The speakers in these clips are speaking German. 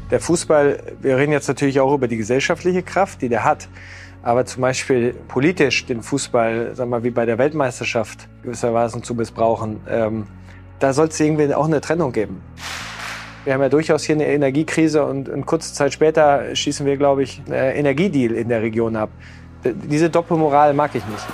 Der Fußball, wir reden jetzt natürlich auch über die gesellschaftliche Kraft, die der hat. Aber zum Beispiel politisch den Fußball, sagen wir mal, wie bei der Weltmeisterschaft gewissermaßen zu missbrauchen, da soll es irgendwie auch eine Trennung geben. Wir haben ja durchaus hier eine Energiekrise und kurze Zeit später schießen wir, glaube ich, einen Energiedeal in der Region ab. Diese Doppelmoral mag ich nicht.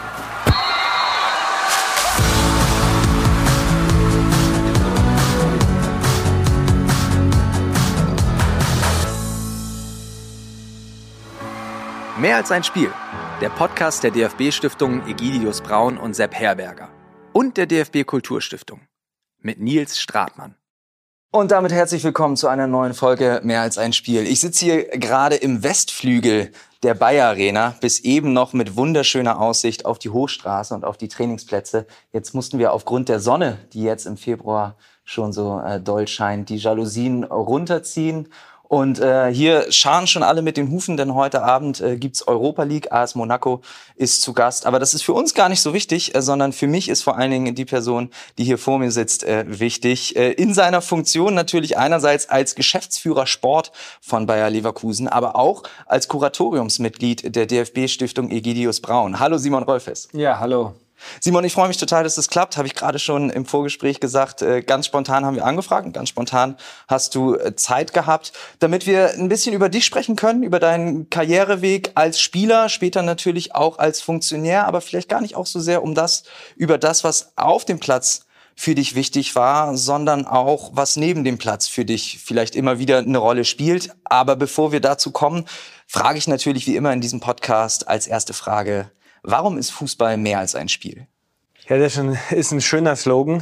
Mehr als ein Spiel. Der Podcast der DFB-Stiftungen Egidius Braun und Sepp Herberger. Und der DFB-Kulturstiftung. Mit Nils Stratmann. Und damit herzlich willkommen zu einer neuen Folge Mehr als ein Spiel. Ich sitze hier gerade im Westflügel der Bayer Arena, bis eben noch mit wunderschöner Aussicht auf die Hochstraße und auf die Trainingsplätze. Jetzt mussten wir aufgrund der Sonne, die jetzt im Februar schon so doll scheint, die Jalousien runterziehen. Und hier scharen schon alle mit den Hufen, denn heute Abend gibt's Europa League. AS Monaco ist zu Gast. Aber das ist für uns gar nicht so wichtig, sondern für mich ist vor allen Dingen die Person, die hier vor mir sitzt, wichtig. In seiner Funktion natürlich einerseits als Geschäftsführer Sport von Bayer Leverkusen, aber auch als Kuratoriumsmitglied der DFB-Stiftung Egidius Braun. Hallo Simon Rolfes. Ja, hallo. Simon, ich freue mich total, dass es klappt. Habe ich gerade schon im Vorgespräch gesagt. Ganz spontan haben wir angefragt und ganz spontan hast du Zeit gehabt, damit wir ein bisschen über dich sprechen können, über deinen Karriereweg als Spieler, später natürlich auch als Funktionär, aber vielleicht gar nicht auch so sehr über das, was auf dem Platz für dich wichtig war, sondern auch, was neben dem Platz für dich vielleicht immer wieder eine Rolle spielt. Aber bevor wir dazu kommen, frage ich natürlich wie immer in diesem Podcast als erste Frage: Warum ist Fußball mehr als ein Spiel? Ja, das ist ein schöner Slogan.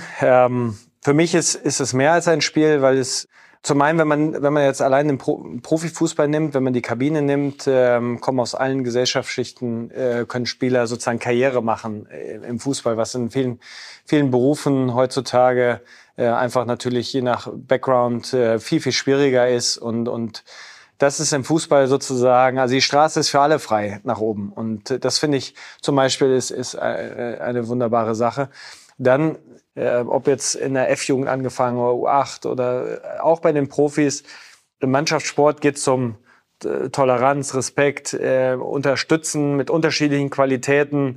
Für mich ist es mehr als ein Spiel, weil es zum einen, wenn man jetzt allein den Profifußball nimmt, wenn man die Kabine nimmt, kommen aus allen Gesellschaftsschichten, können Spieler sozusagen Karriere machen im Fußball, was in vielen Berufen heutzutage einfach natürlich je nach Background viel, viel schwieriger ist und das ist im Fußball sozusagen, also die Straße ist für alle frei nach oben. Und das finde ich zum Beispiel ist eine wunderbare Sache. Dann, ob jetzt in der F-Jugend angefangen oder U8 oder auch bei den Profis, im Mannschaftssport geht es um Toleranz, Respekt, Unterstützen mit unterschiedlichen Qualitäten,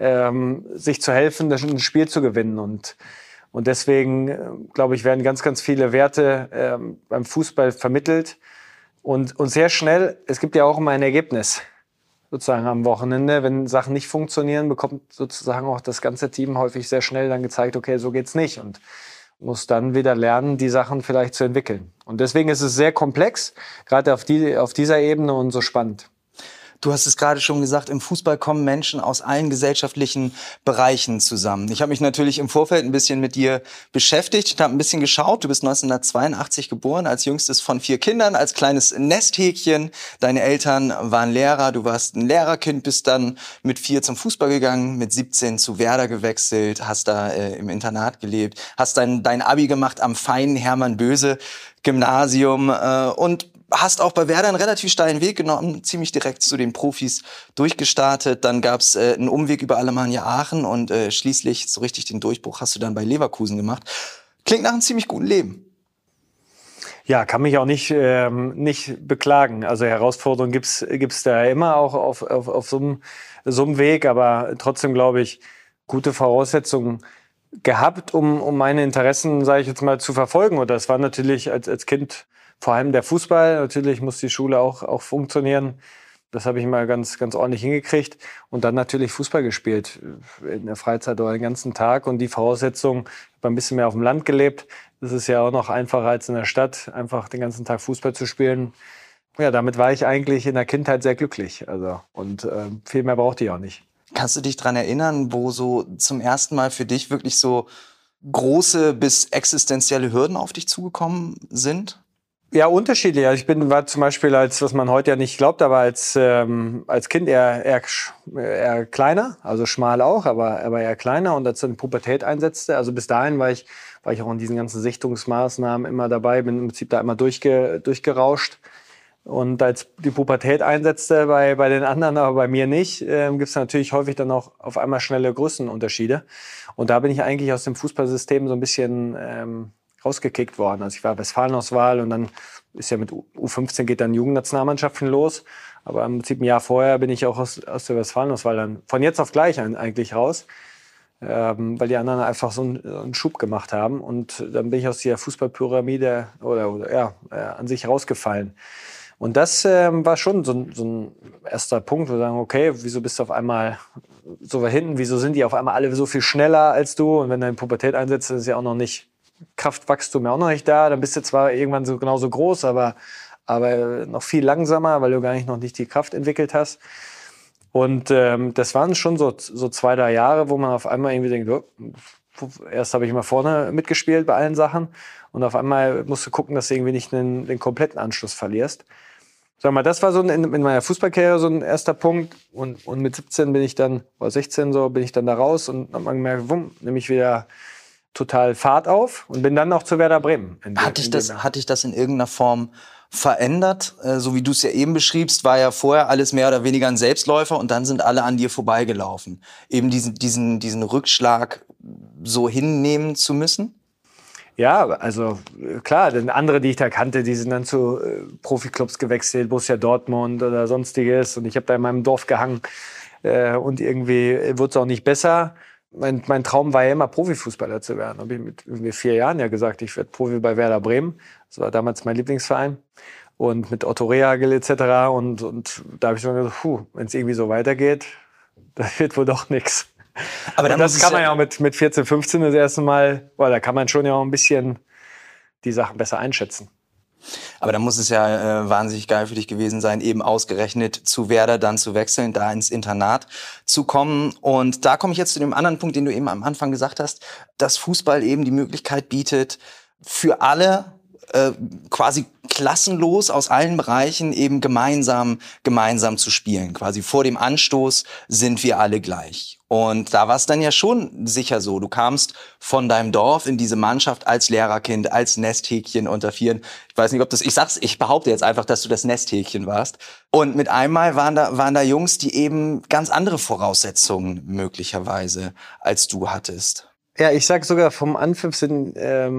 sich zu helfen, ein Spiel zu gewinnen. Und deswegen, glaube ich, werden ganz, ganz viele Werte beim Fußball vermittelt. Und sehr schnell, es gibt ja auch immer ein Ergebnis, sozusagen am Wochenende. Wenn Sachen nicht funktionieren, bekommt sozusagen auch das ganze Team häufig sehr schnell dann gezeigt, okay, so geht's nicht. Und muss dann wieder lernen, die Sachen vielleicht zu entwickeln. Und deswegen ist es sehr komplex, gerade auf dieser Ebene und so spannend. Du hast es gerade schon gesagt, im Fußball kommen Menschen aus allen gesellschaftlichen Bereichen zusammen. Ich habe mich natürlich im Vorfeld ein bisschen mit dir beschäftigt und habe ein bisschen geschaut. Du bist 1982 geboren, als jüngstes von 4 Kindern, als kleines Nesthäkchen. Deine Eltern waren Lehrer, du warst ein Lehrerkind, bist dann mit 4 zum Fußball gegangen, mit 17 zu Werder gewechselt, hast da im Internat gelebt, hast dein Abi gemacht am feinen Hermann-Böse-Gymnasium und hast auch bei Werder einen relativ steilen Weg genommen, ziemlich direkt zu den Profis durchgestartet. Dann gab's einen Umweg über Alemannia Aachen und schließlich so richtig den Durchbruch hast du dann bei Leverkusen gemacht. Klingt nach einem ziemlich guten Leben. Ja, kann mich auch nicht beklagen. Also Herausforderungen gibt's da immer auch auf so einem Weg, aber trotzdem glaube ich, gute Voraussetzungen gehabt, um meine Interessen, sage ich jetzt mal, zu verfolgen. Und das war natürlich als Kind vor allem der Fußball. Natürlich muss die Schule auch funktionieren. Das habe ich mal ganz, ganz ordentlich hingekriegt. Und dann natürlich Fußball gespielt. In der Freizeit oder den ganzen Tag. Und die Voraussetzungen, ich habe ein bisschen mehr auf dem Land gelebt. Das ist ja auch noch einfacher als in der Stadt, einfach den ganzen Tag Fußball zu spielen. Ja, damit war ich eigentlich in der Kindheit sehr glücklich. Also, und viel mehr brauchte ich auch nicht. Kannst du dich dran erinnern, wo so zum ersten Mal für dich wirklich so große bis existenzielle Hürden auf dich zugekommen sind? Ja, unterschiedlich. Also war zum Beispiel was man heute ja nicht glaubt, aber als Kind eher kleiner, also schmal auch, aber eher kleiner. Und als dann die Pubertät einsetzte, also bis dahin war ich auch in diesen ganzen Sichtungsmaßnahmen immer dabei, bin im Prinzip da immer durchgerauscht. Und als die Pubertät einsetzte bei den anderen, aber bei mir nicht, gibt es natürlich häufig dann auch auf einmal schnelle Größenunterschiede. Und da bin ich eigentlich aus dem Fußballsystem so ein bisschen rausgekickt worden. Also ich war Westfalenauswahl und dann ist ja mit U15 geht dann Jugendnationalmannschaften los. Aber im Prinzip ein Jahr vorher bin ich auch aus der Westfalenauswahl dann von jetzt auf gleich eigentlich raus. Weil die anderen einfach so einen Schub gemacht haben. Und dann bin ich aus der Fußballpyramide an sich rausgefallen. Und das war schon so ein erster Punkt, wo wir sagen, okay, wieso bist du auf einmal so weit hinten? Wieso sind die auf einmal alle so viel schneller als du? Und wenn deine Pubertät einsetzt, ist ja auch noch nicht Kraftwachstum ja auch noch nicht da. Dann bist du zwar irgendwann so genauso groß, aber noch viel langsamer, weil du noch nicht die Kraft entwickelt hast. Und das waren schon so 2-3 Jahre, wo man auf einmal irgendwie denkt, oh, erst habe ich mal vorne mitgespielt bei allen Sachen und auf einmal musst du gucken, dass du irgendwie nicht den kompletten Anschluss verlierst. Sag mal, das war so in meiner Fußballkarriere so ein erster Punkt. Und mit 17 bin ich dann, oder 16 so, bin ich dann da raus und habe gemerkt, nehme ich wieder total Fahrt auf und bin dann auch zu Werder Bremen. Hat dich das in irgendeiner Form verändert? So wie du es ja eben beschriebst, war ja vorher alles mehr oder weniger ein Selbstläufer und dann sind alle an dir vorbeigelaufen. Eben diesen Rückschlag so hinnehmen zu müssen? Ja, also klar, denn andere, die ich da kannte, die sind dann zu Profiklubs gewechselt, Borussia Dortmund oder sonstiges. Und ich habe da in meinem Dorf gehangen und irgendwie wurde es auch nicht besser. Mein Traum war ja immer, Profifußballer zu werden. Habe ich mit irgendwie 4 Jahren ja gesagt, ich werde Profi bei Werder Bremen. Das war damals mein Lieblingsverein. Und mit Otto Rehhagel etc. Und da habe ich so gesagt, wenn es irgendwie so weitergeht, das wird wohl doch nichts. Aber dann das kann man ja auch mit 14, 15 das erste Mal, weil da kann man schon ja auch ein bisschen die Sachen besser einschätzen. Aber da muss es ja wahnsinnig geil für dich gewesen sein, eben ausgerechnet zu Werder dann zu wechseln, da ins Internat zu kommen. Und da komme ich jetzt zu dem anderen Punkt, den du eben am Anfang gesagt hast, dass Fußball eben die Möglichkeit bietet, für alle quasi klassenlos aus allen Bereichen eben gemeinsam zu spielen. Quasi vor dem Anstoß sind wir alle gleich. Und da war es dann ja schon sicher so. Du kamst von deinem Dorf in diese Mannschaft als Lehrerkind, als Nesthäkchen unter Vieren. Ich weiß nicht, ob das, ich behaupte jetzt einfach, dass du das Nesthäkchen warst. Und mit einmal waren da Jungs, die eben ganz andere Voraussetzungen möglicherweise als du hattest. Ja, ich sag sogar, vom Anpfiff sind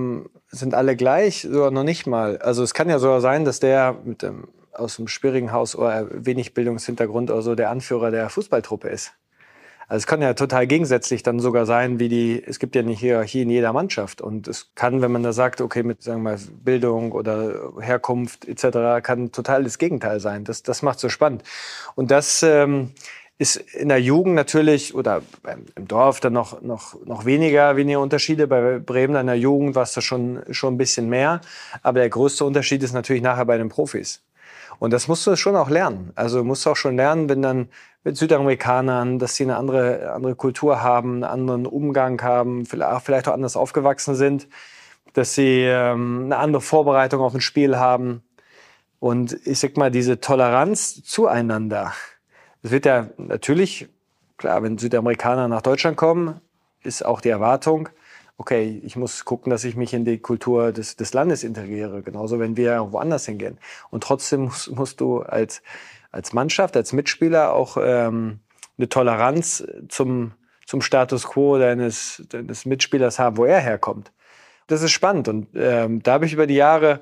alle gleich, sogar noch nicht mal. Also es kann ja sogar sein, dass der aus dem Spieringhaus oder wenig Bildungshintergrund oder so der Anführer der Fußballtruppe ist. Also es kann ja total gegensätzlich dann sogar sein, es gibt ja eine Hierarchie in jeder Mannschaft. Und es kann, wenn man da sagt, okay, mit, sagen wir mal, Bildung oder Herkunft etc., kann total das Gegenteil sein. Das macht so spannend. Und das ist in der Jugend natürlich, oder im Dorf dann noch weniger Unterschiede. Bei Bremen in der Jugend war es da schon ein bisschen mehr. Aber der größte Unterschied ist natürlich nachher bei den Profis. Und das musst du schon auch lernen. Also musst du auch schon lernen, wenn dann mit Südamerikanern, dass sie eine andere Kultur haben, einen anderen Umgang haben, vielleicht auch anders aufgewachsen sind, dass sie eine andere Vorbereitung auf ein Spiel haben. Und ich sag mal, diese Toleranz zueinander, es wird ja natürlich, klar, wenn Südamerikaner nach Deutschland kommen, ist auch die Erwartung, okay, ich muss gucken, dass ich mich in die Kultur des Landes integriere. Genauso, wenn wir woanders hingehen. Und trotzdem musst du als Mannschaft, als Mitspieler auch eine Toleranz zum Status quo deines Mitspielers haben, wo er herkommt. Das ist spannend. Und da habe ich über die Jahre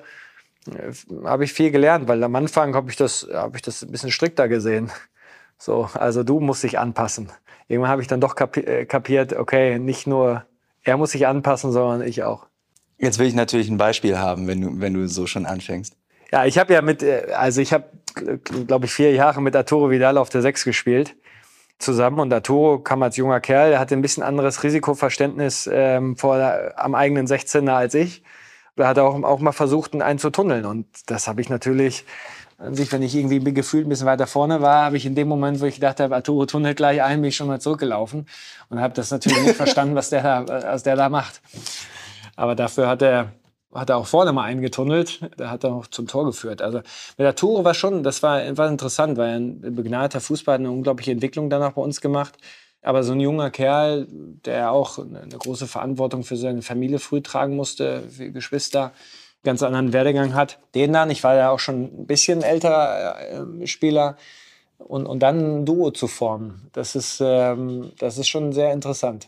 viel gelernt, weil am Anfang habe ich das ein bisschen strikter gesehen. So, also du musst dich anpassen. Irgendwann habe ich dann doch kapiert, okay, nicht nur er muss sich anpassen, sondern ich auch. Jetzt will ich natürlich ein Beispiel haben, wenn du so schon anfängst. Ja, ich habe glaube ich 4 Jahre mit Arturo Vidal auf der 6 gespielt zusammen. Und Arturo kam als junger Kerl, der hatte ein bisschen anderes Risikoverständnis am eigenen 16er als ich. Da hat er auch mal versucht, einen zu tunneln. Und das habe ich natürlich, wenn ich irgendwie gefühlt ein bisschen weiter vorne war, habe ich in dem Moment, wo ich gedacht habe, Arturo tunnelt gleich ein, bin ich schon mal zurückgelaufen. Und habe das natürlich nicht verstanden, was der da macht. Aber dafür hat er auch vorne mal einen getunnelt. Der hat auch zum Tor geführt. Also mit Arturo das war interessant, weil ein begnadeter Fußballer hat eine unglaubliche Entwicklung danach bei uns gemacht. Aber so ein junger Kerl, der auch eine große Verantwortung für seine Familie früh tragen musste, für Geschwister, ganz anderen Werdegang hat. Ich war ja auch schon ein bisschen älterer Spieler. Und dann ein Duo zu formen, das ist schon sehr interessant.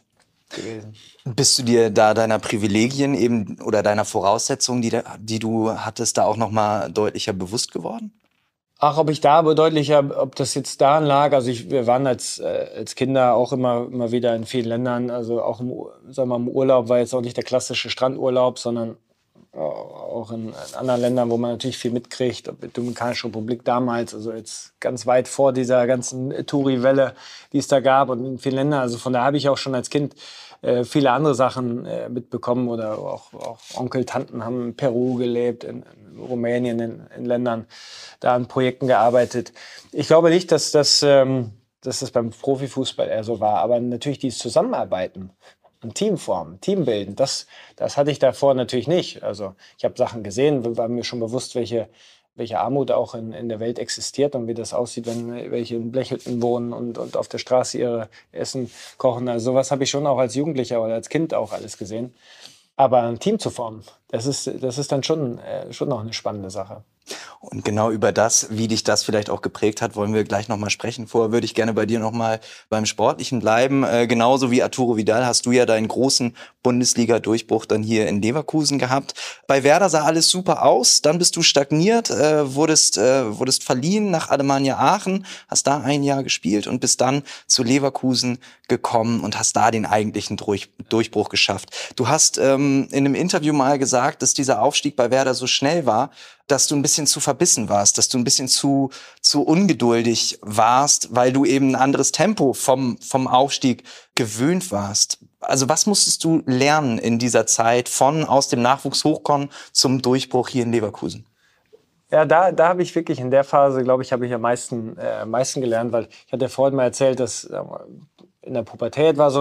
gewesen. Bist du dir da deiner Privilegien eben oder deiner Voraussetzungen, die du hattest, da auch noch mal deutlicher bewusst geworden? Ach, ob ich da aber deutlicher, ob das jetzt daran lag, also wir waren als Kinder auch immer wieder in vielen Ländern, also auch sagen wir mal, im Urlaub war jetzt auch nicht der klassische Strandurlaub, sondern auch in anderen Ländern, wo man natürlich viel mitkriegt, ob die Dominikanische Republik damals, also jetzt ganz weit vor dieser ganzen Touri-Welle, die es da gab und in vielen Ländern, also von da habe ich auch schon als Kind viele andere Sachen mitbekommen oder auch Onkel, Tanten haben in Peru gelebt, in Rumänien, in Ländern, da an Projekten gearbeitet. Ich glaube nicht, dass das beim Profifußball eher so war, aber natürlich dieses Zusammenarbeiten und Teamformen, Teambilden, das hatte ich davor natürlich nicht. Also ich habe Sachen gesehen, war mir schon bewusst, welche Armut auch in der Welt existiert und wie das aussieht, wenn welche in Blechhütten wohnen und auf der Straße ihre Essen kochen. Also sowas habe ich schon auch als Jugendlicher oder als Kind auch alles gesehen. Aber ein Team zu formen, das ist dann schon noch eine spannende Sache. Und genau über das, wie dich das vielleicht auch geprägt hat, wollen wir gleich noch mal sprechen. Vorher würde ich gerne bei dir noch mal beim Sportlichen bleiben. Genauso wie Arturo Vidal hast du ja deinen großen Bundesliga-Durchbruch dann hier in Leverkusen gehabt. Bei Werder sah alles super aus, dann bist du stagniert, wurdest verliehen nach Alemannia Aachen, hast da ein Jahr gespielt und bist dann zu Leverkusen gekommen und hast da den eigentlichen Durchbruch geschafft. Du hast in einem Interview mal gesagt, dass dieser Aufstieg bei Werder so schnell war, dass du ein bisschen zu verbissen warst, dass du ein bisschen zu ungeduldig warst, weil du eben ein anderes Tempo vom Aufstieg gewöhnt warst. Also was musstest du lernen in dieser Zeit aus dem Nachwuchs hochkommen zum Durchbruch hier in Leverkusen? Ja, da habe ich wirklich in der Phase, glaube ich, habe ich am meisten gelernt, weil ich hatte ja vorhin mal erzählt, dass in der Pubertät war so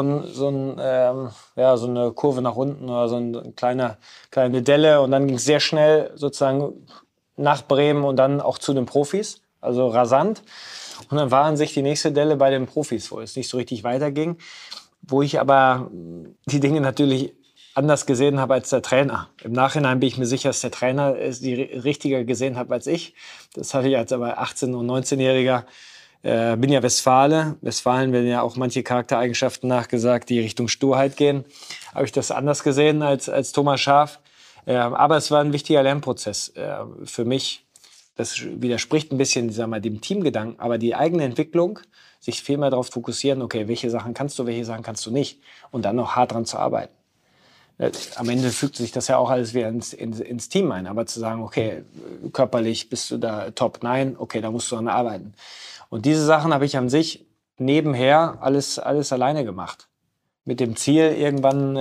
eine Kurve nach unten oder so eine kleine Delle und dann ging es sehr schnell sozusagen nach Bremen und dann auch zu den Profis, also rasant. Und dann war an sich die nächste Delle bei den Profis, wo es nicht so richtig weiterging, wo ich aber die Dinge natürlich anders gesehen habe als der Trainer. Im Nachhinein bin ich mir sicher, dass der Trainer es die richtiger gesehen hat als ich. Das hatte ich als aber 18- und 19-Jähriger. Bin ja Westfale. Westfalen werden ja auch manche Charaktereigenschaften nachgesagt, die Richtung Sturheit gehen. Habe ich das anders gesehen als Thomas Schaaf. Aber es war ein wichtiger Lernprozess für mich. Das widerspricht ein bisschen, sagen wir mal, dem Teamgedanken. Aber die eigene Entwicklung, sich viel mehr darauf fokussieren, okay, welche Sachen kannst du, welche Sachen kannst du nicht. Und dann noch hart dran zu arbeiten. Am Ende fügt sich das ja auch alles wieder ins Team ein. Aber zu sagen, okay, körperlich bist du da top, nein, okay, da musst du dran arbeiten. Und diese Sachen habe ich an sich nebenher alles alleine gemacht. Mit dem Ziel, irgendwann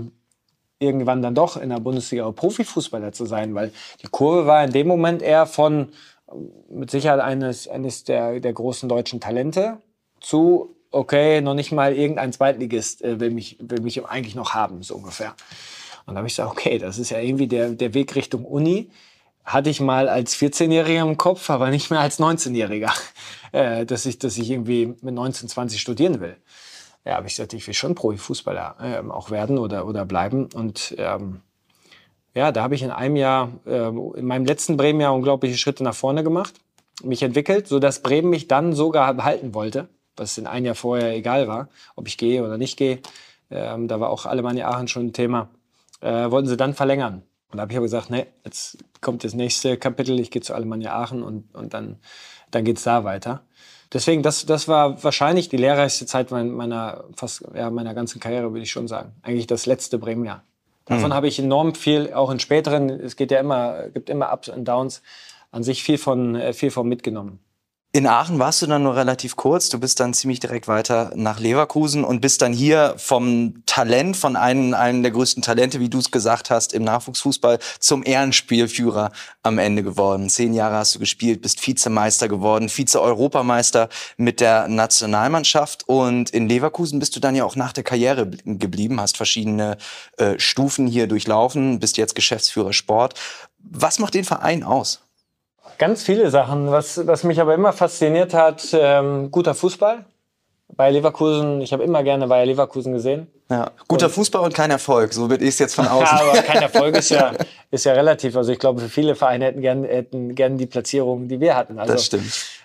dann doch in der Bundesliga Profifußballer zu sein. Weil die Kurve war in dem Moment eher von mit Sicherheit eines der großen deutschen Talente zu okay, noch nicht mal irgendein Zweitligist will mich eigentlich noch haben, so ungefähr. Und da habe ich gesagt, okay, das ist ja irgendwie der Weg Richtung Uni. Hatte ich mal als 14-Jähriger im Kopf, aber nicht mehr als 19-Jähriger, dass ich irgendwie mit 19, 20 studieren will. Ja, habe ich gesagt, ich will schon Profifußballer auch werden oder bleiben. Und ja, da habe ich in einem Jahr, in meinem letzten Bremen-Jahr unglaubliche Schritte nach vorne gemacht, mich entwickelt, sodass Bremen mich dann sogar behalten wollte, was in einem Jahr vorher egal war, ob ich gehe oder nicht gehe. Da war auch Alemannia Aachen schon ein Thema. Wollten sie dann verlängern. Und da habe ich aber gesagt, nee, jetzt kommt das nächste Kapitel, ich gehe zu Alemannia Aachen und dann geht es da weiter. Deswegen, das war wahrscheinlich die lehrreichste Zeit meiner ganzen Karriere, würde ich schon sagen. Eigentlich das letzte Bremen-Jahr. Davon habe ich enorm viel, auch in späteren, es gibt immer Ups und Downs, an sich viel von mitgenommen. In Aachen warst du dann nur relativ kurz. Du bist dann ziemlich direkt weiter nach Leverkusen und bist dann hier vom Talent, von einem der größten Talente, wie du es gesagt hast, im Nachwuchsfußball zum Ehrenspielführer am Ende geworden. 10 Jahre hast du gespielt, bist Vizemeister geworden, Vize-Europameister mit der Nationalmannschaft. Und in Leverkusen bist du dann ja auch nach der Karriere geblieben, hast verschiedene Stufen hier durchlaufen, bist jetzt Geschäftsführer Sport. Was macht den Verein aus? Ganz viele Sachen. Was mich aber immer fasziniert hat, guter Fußball. Bayer Leverkusen, ich habe immer gerne Bayer Leverkusen gesehen. Ja, guter Fußball und kein Erfolg, so würde ich es jetzt von außen. Ja, aber kein Erfolg ist ja relativ. Also ich glaube, für viele Vereine hätten gern die Platzierung, die wir hatten. Also, das stimmt.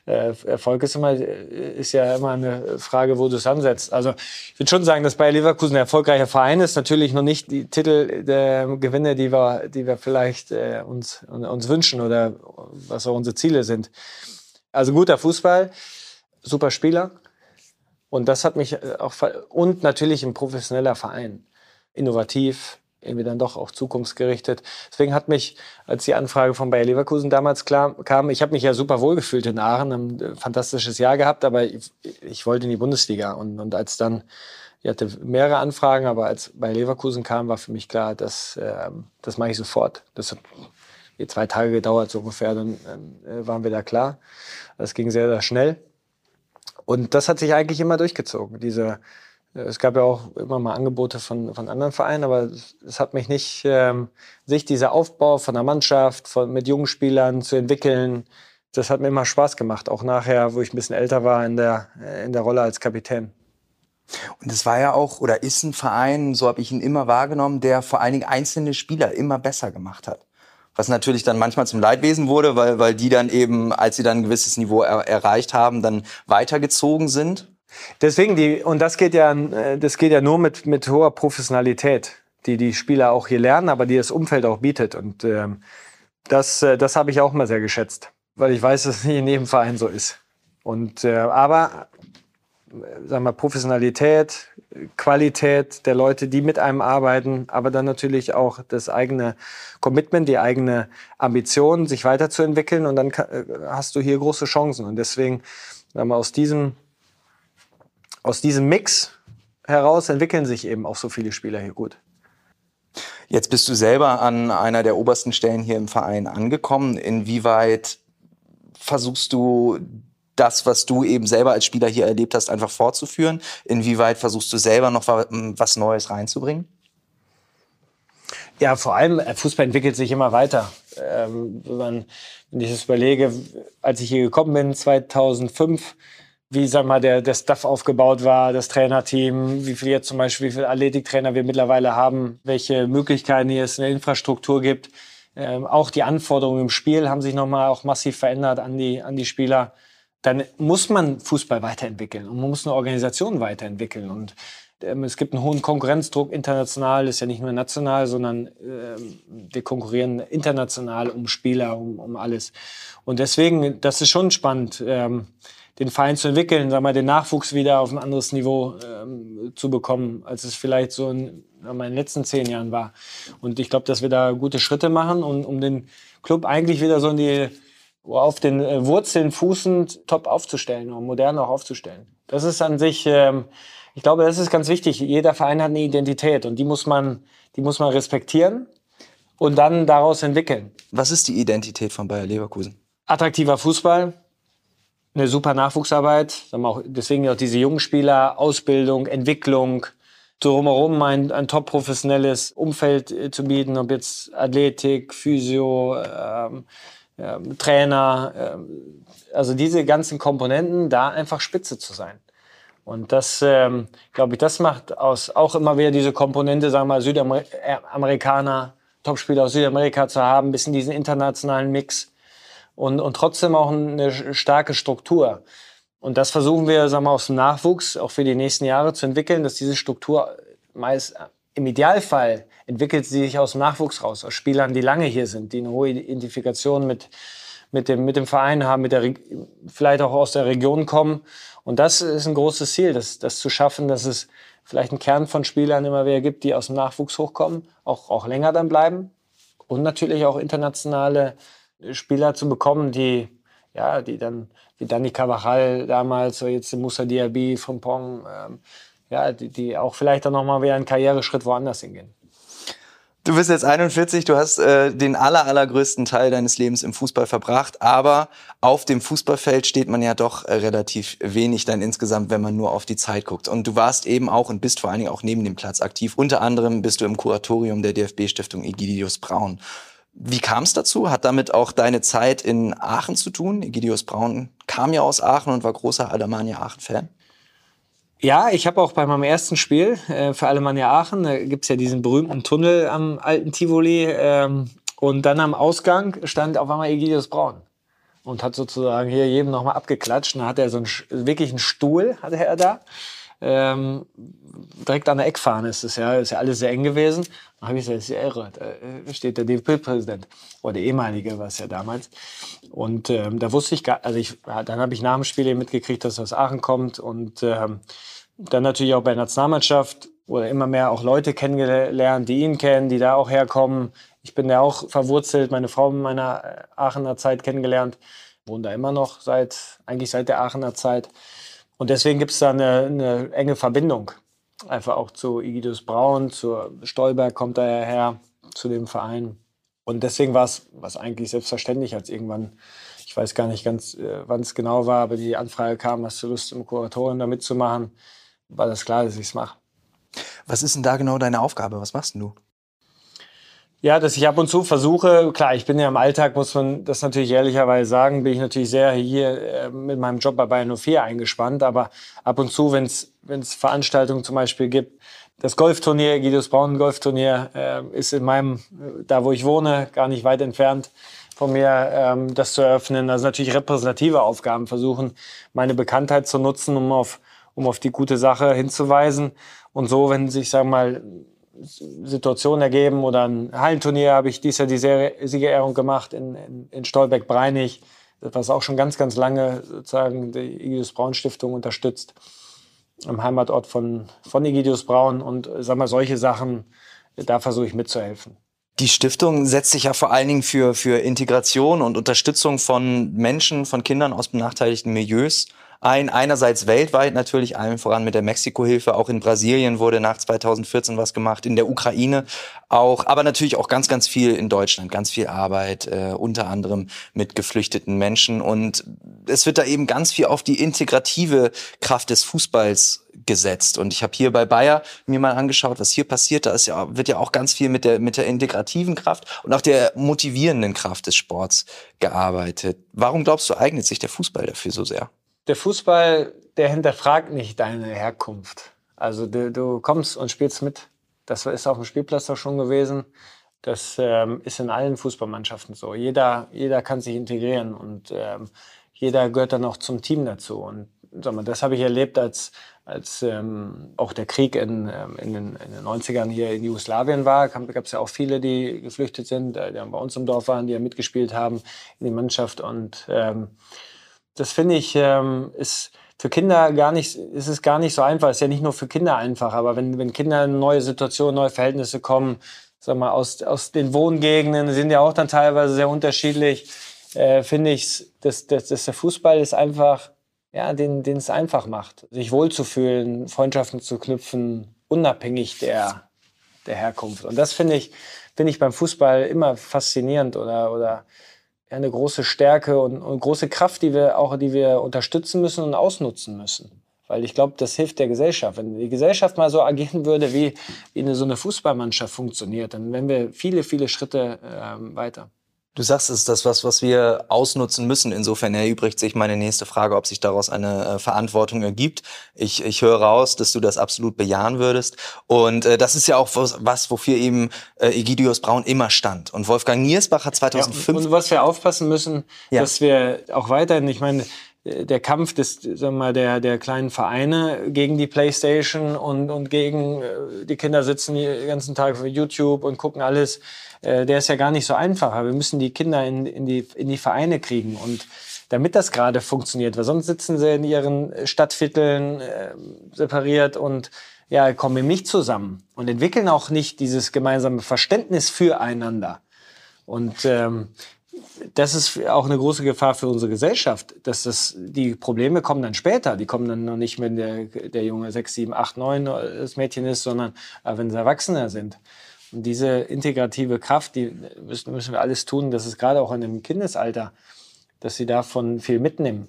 Erfolg ist ja immer eine Frage, wo du es ansetzt. Also ich würde schon sagen, dass Bayer Leverkusen ein erfolgreicher Verein ist. Natürlich noch nicht die Titel der Gewinne, die wir vielleicht uns wünschen oder was auch unsere Ziele sind. Also guter Fußball, super Spieler. Und das hat mich auch, und natürlich ein professioneller Verein. Innovativ, irgendwie dann doch auch zukunftsgerichtet. Deswegen hat mich, als die Anfrage von Bayer Leverkusen damals kam, ich habe mich ja super wohl gefühlt in Aachen, ein fantastisches Jahr gehabt, aber ich wollte in die Bundesliga. Und als dann, ich hatte mehrere Anfragen, aber als Bayer Leverkusen kam, war für mich klar, das mache ich sofort. Das hat 2 Tage gedauert, so ungefähr, dann waren wir da klar. Das ging sehr, sehr schnell. Und das hat sich eigentlich immer durchgezogen. Es gab ja auch immer mal Angebote von anderen Vereinen, aber es hat mich nicht, sich dieser Aufbau von der Mannschaft, mit jungen Spielern zu entwickeln, das hat mir immer Spaß gemacht. Auch nachher, wo ich ein bisschen älter war, in der Rolle als Kapitän. Und es war ja auch, oder ist ein Verein, so habe ich ihn immer wahrgenommen, der vor allen Dingen einzelne Spieler immer besser gemacht hat. Was natürlich dann manchmal zum Leidwesen wurde, weil die dann eben, als sie dann ein gewisses Niveau erreicht haben, dann weitergezogen sind. Deswegen, das geht ja nur mit hoher Professionalität, die Spieler auch hier lernen, aber die das Umfeld auch bietet. Und das habe ich auch mal sehr geschätzt, weil ich weiß, dass es nicht in jedem Verein so ist. Und aber sagen wir, Professionalität, Qualität der Leute, die mit einem arbeiten, aber dann natürlich auch das eigene Commitment, die eigene Ambition, sich weiterzuentwickeln. Und dann hast du hier große Chancen. Und deswegen, sagen wir, aus diesem Mix heraus entwickeln sich eben auch so viele Spieler hier gut. Jetzt bist du selber an einer der obersten Stellen hier im Verein angekommen. Inwieweit versuchst du das, was du eben selber als Spieler hier erlebt hast, einfach fortzuführen? Inwieweit versuchst du selber noch was Neues reinzubringen? Ja, vor allem, Fußball entwickelt sich immer weiter. Wenn ich das überlege, als ich hier gekommen bin, 2005, wie, sag mal, der Staff aufgebaut war, das Trainerteam, wie viele Athletiktrainer wir mittlerweile haben, welche Möglichkeiten hier es in der Infrastruktur gibt. Auch die Anforderungen im Spiel haben sich nochmal auch massiv verändert an die Spieler. Dann muss man Fußball weiterentwickeln und man muss eine Organisation weiterentwickeln. Und es gibt einen hohen Konkurrenzdruck international, ist ja nicht nur national, sondern wir konkurrieren international um Spieler, um alles. Und deswegen, das ist schon spannend, den Verein zu entwickeln, sagen wir, den Nachwuchs wieder auf ein anderes Niveau zu bekommen, als es vielleicht so in meinen letzten 10 Jahren war. Und ich glaube, dass wir da gute Schritte machen, um den Club eigentlich wieder so auf den Wurzeln fußend top aufzustellen und modern auch aufzustellen. Das ist an sich, ich glaube, das ist ganz wichtig. Jeder Verein hat eine Identität und die muss man respektieren und dann daraus entwickeln. Was ist die Identität von Bayer Leverkusen? Attraktiver Fußball, eine super Nachwuchsarbeit, deswegen auch diese jungen Spieler, Ausbildung, Entwicklung, drumherum ein top professionelles Umfeld zu bieten, ob jetzt Athletik, Physio, Trainer, also diese ganzen Komponenten, da einfach Spitze zu sein. Und das, glaube ich, das macht aus auch immer wieder diese Komponente, sagen wir mal, Südamerikaner, Topspieler aus Südamerika zu haben, ein bisschen diesen internationalen Mix und trotzdem auch eine starke Struktur. Und das versuchen wir, sagen wir, aus dem Nachwuchs auch für die nächsten Jahre zu entwickeln, dass diese Struktur meist im Idealfall entwickelt sie sich aus dem Nachwuchs raus, aus Spielern, die lange hier sind, die eine hohe Identifikation mit dem Verein haben, vielleicht auch aus der Region kommen. Und das ist ein großes Ziel, das zu schaffen, dass es vielleicht einen Kern von Spielern immer wieder gibt, die aus dem Nachwuchs hochkommen, auch länger dann bleiben. Und natürlich auch internationale Spieler zu bekommen, die dann, wie Dani Carvajal damals, oder jetzt Moussa Diaby, Frimpong, die auch vielleicht dann nochmal wieder einen Karriereschritt woanders hingehen. Du bist jetzt 41, du hast den allergrößten Teil deines Lebens im Fußball verbracht, aber auf dem Fußballfeld steht man ja doch relativ wenig dann insgesamt, wenn man nur auf die Zeit guckt. Und du warst eben auch und bist vor allen Dingen auch neben dem Platz aktiv. Unter anderem bist du im Kuratorium der DFB-Stiftung Egidius Braun. Wie kam es dazu? Hat damit auch deine Zeit in Aachen zu tun? Egidius Braun kam ja aus Aachen und war großer Alemannia Aachen-Fan. Ja, ich habe auch bei meinem ersten Spiel für Alemannia Aachen, da gibt's ja diesen berühmten Tunnel am alten Tivoli, und dann am Ausgang stand auf einmal Egidius Braun. und hat sozusagen hier jedem nochmal abgeklatscht. Und dann hat er wirklich einen Stuhl, hatte er da. Direkt an der Eckfahne ist ja alles sehr eng gewesen. Dann habe ich gesagt, das ist ja irre, da steht der DFB-Präsident, oder der ehemalige war es ja damals. Und da wusste ich dann habe ich nach dem Spiel eben mitgekriegt, dass er aus Aachen kommt und dann natürlich auch bei der Nationalmannschaft oder immer mehr auch Leute kennengelernt, die ihn kennen, die da auch herkommen. Ich bin da auch verwurzelt, meine Frau in meiner Aachener Zeit kennengelernt, wohne da immer noch eigentlich seit der Aachener Zeit. Und deswegen gibt es da eine enge Verbindung. Einfach auch zu Egidius Braun, zu Stolberg kommt da her, zu dem Verein. Und deswegen war es eigentlich selbstverständlich, als irgendwann, ich weiß gar nicht ganz, wann es genau war, aber die Anfrage kam, hast du Lust, im Kuratorium da mitzumachen, war das klar, dass ich es mache. Was ist denn da genau deine Aufgabe? Was machst denn du? Ja, dass ich ab und zu versuche, klar, ich bin ja im Alltag, muss man das natürlich ehrlicherweise sagen, bin ich natürlich sehr hier mit meinem Job bei Bayern 04 eingespannt, aber ab und zu, wenn es Veranstaltungen zum Beispiel gibt, das Golfturnier, Egidius Braun Golfturnier, ist da wo ich wohne, gar nicht weit entfernt von mir, das zu eröffnen. Also natürlich repräsentative Aufgaben versuchen, meine Bekanntheit zu nutzen, um auf die gute Sache hinzuweisen. Und so, wenn sich, sagen wir mal, Situationen ergeben oder ein Hallenturnier, habe ich dieses Jahr die Siegerehrung gemacht in Stolberg-Breinig, was auch schon ganz, ganz lange sozusagen die Egidius Braun Stiftung unterstützt, am Heimatort von Egidius Braun. Und sag mal, solche Sachen, da versuche ich mitzuhelfen. Die Stiftung setzt sich ja vor allen Dingen für Integration und Unterstützung von Menschen, von Kindern aus benachteiligten Milieus ein. Einerseits weltweit natürlich, allen voran mit der Mexiko-Hilfe. Auch in Brasilien wurde nach 2014 was gemacht, in der Ukraine auch. Aber natürlich auch ganz, ganz viel in Deutschland, ganz viel Arbeit, unter anderem mit geflüchteten Menschen. Und es wird da eben ganz viel auf die integrative Kraft des Fußballs gesetzt. Und ich habe hier bei Bayer mir mal angeschaut, was hier passiert. Da wird ja auch ganz viel mit der integrativen Kraft und auch der motivierenden Kraft des Sports gearbeitet. Warum glaubst du, eignet sich der Fußball dafür so sehr? Der Fußball, der hinterfragt nicht deine Herkunft. Also du kommst und spielst mit. Das ist auf dem Spielplatz doch schon gewesen. Das ist in allen Fußballmannschaften so. Jeder kann sich integrieren und jeder gehört dann auch zum Team dazu. Und sag mal, das habe ich erlebt, als auch der Krieg in den 90ern hier in Jugoslawien war. Gab es ja auch viele, die geflüchtet sind, die bei uns im Dorf waren, die ja mitgespielt haben in die Mannschaft. Und das finde ich, ist für Kinder gar nicht so einfach. Ist ja nicht nur für Kinder einfach, aber wenn Kinder in neue Situationen, neue Verhältnisse kommen, sag mal, aus den Wohngegenden, die sind ja auch dann teilweise sehr unterschiedlich, finde ich, dass der Fußball ist einfach, ja, den es einfach macht, sich wohlzufühlen, Freundschaften zu knüpfen, unabhängig der Herkunft. Und das finde ich beim Fußball immer faszinierend oder eine große Stärke und große Kraft, die wir unterstützen müssen und ausnutzen müssen. Weil ich glaube, das hilft der Gesellschaft. Wenn die Gesellschaft mal so agieren würde, wie so eine Fußballmannschaft funktioniert, dann wären wir viele, viele Schritte weiter. Du sagst, es ist das, was wir ausnutzen müssen. Insofern erübrigt sich meine nächste Frage, ob sich daraus eine Verantwortung ergibt. Ich höre raus, dass du das absolut bejahen würdest. Und das ist ja auch wofür eben Egidius Braun immer stand. Und Wolfgang Niersbach hat 2005... Ja, und was wir aufpassen müssen, dass wir auch weiterhin, ich meine, der Kampf der kleinen Vereine gegen die Playstation und gegen die Kinder sitzen den ganzen Tag auf YouTube und gucken alles, der ist ja gar nicht so einfach. Wir müssen die Kinder in die Vereine kriegen und damit das gerade funktioniert, weil sonst sitzen sie in ihren Stadtvierteln separiert und ja, kommen eben nicht zusammen und entwickeln auch nicht dieses gemeinsame Verständnis füreinander. Und das ist auch eine große Gefahr für unsere Gesellschaft. Die Probleme kommen dann später. Die kommen dann noch nicht, wenn der Junge 6, 7, 8, 9 das Mädchen ist, sondern wenn sie Erwachsener sind. Und diese integrative Kraft, die müssen wir alles tun, dass es gerade auch in dem Kindesalter, dass sie davon viel mitnehmen.